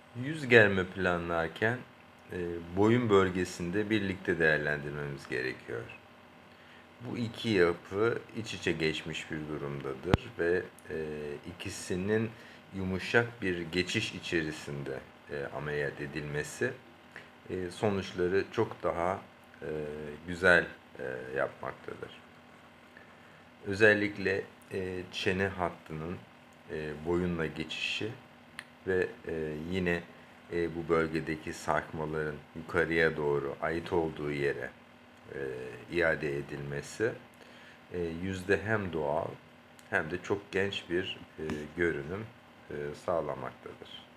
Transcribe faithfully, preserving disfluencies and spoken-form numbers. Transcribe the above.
Yüz germe planlarken e, boyun bölgesinde birlikte değerlendirmemiz gerekiyor. Bu iki yapı iç içe geçmiş bir durumdadır ve e, ikisinin yumuşak bir geçiş içerisinde e, ameliyat edilmesi e, sonuçları çok daha e, güzel e, yapmaktadır. Özellikle e, çene hattının e, boyunla geçişi ve e, yine e, bu bölgedeki sarkmaların yukarıya doğru ait olduğu yere e, iade edilmesi e, yüzde hem doğal hem de çok genç bir e, görünüm e, sağlamaktadır.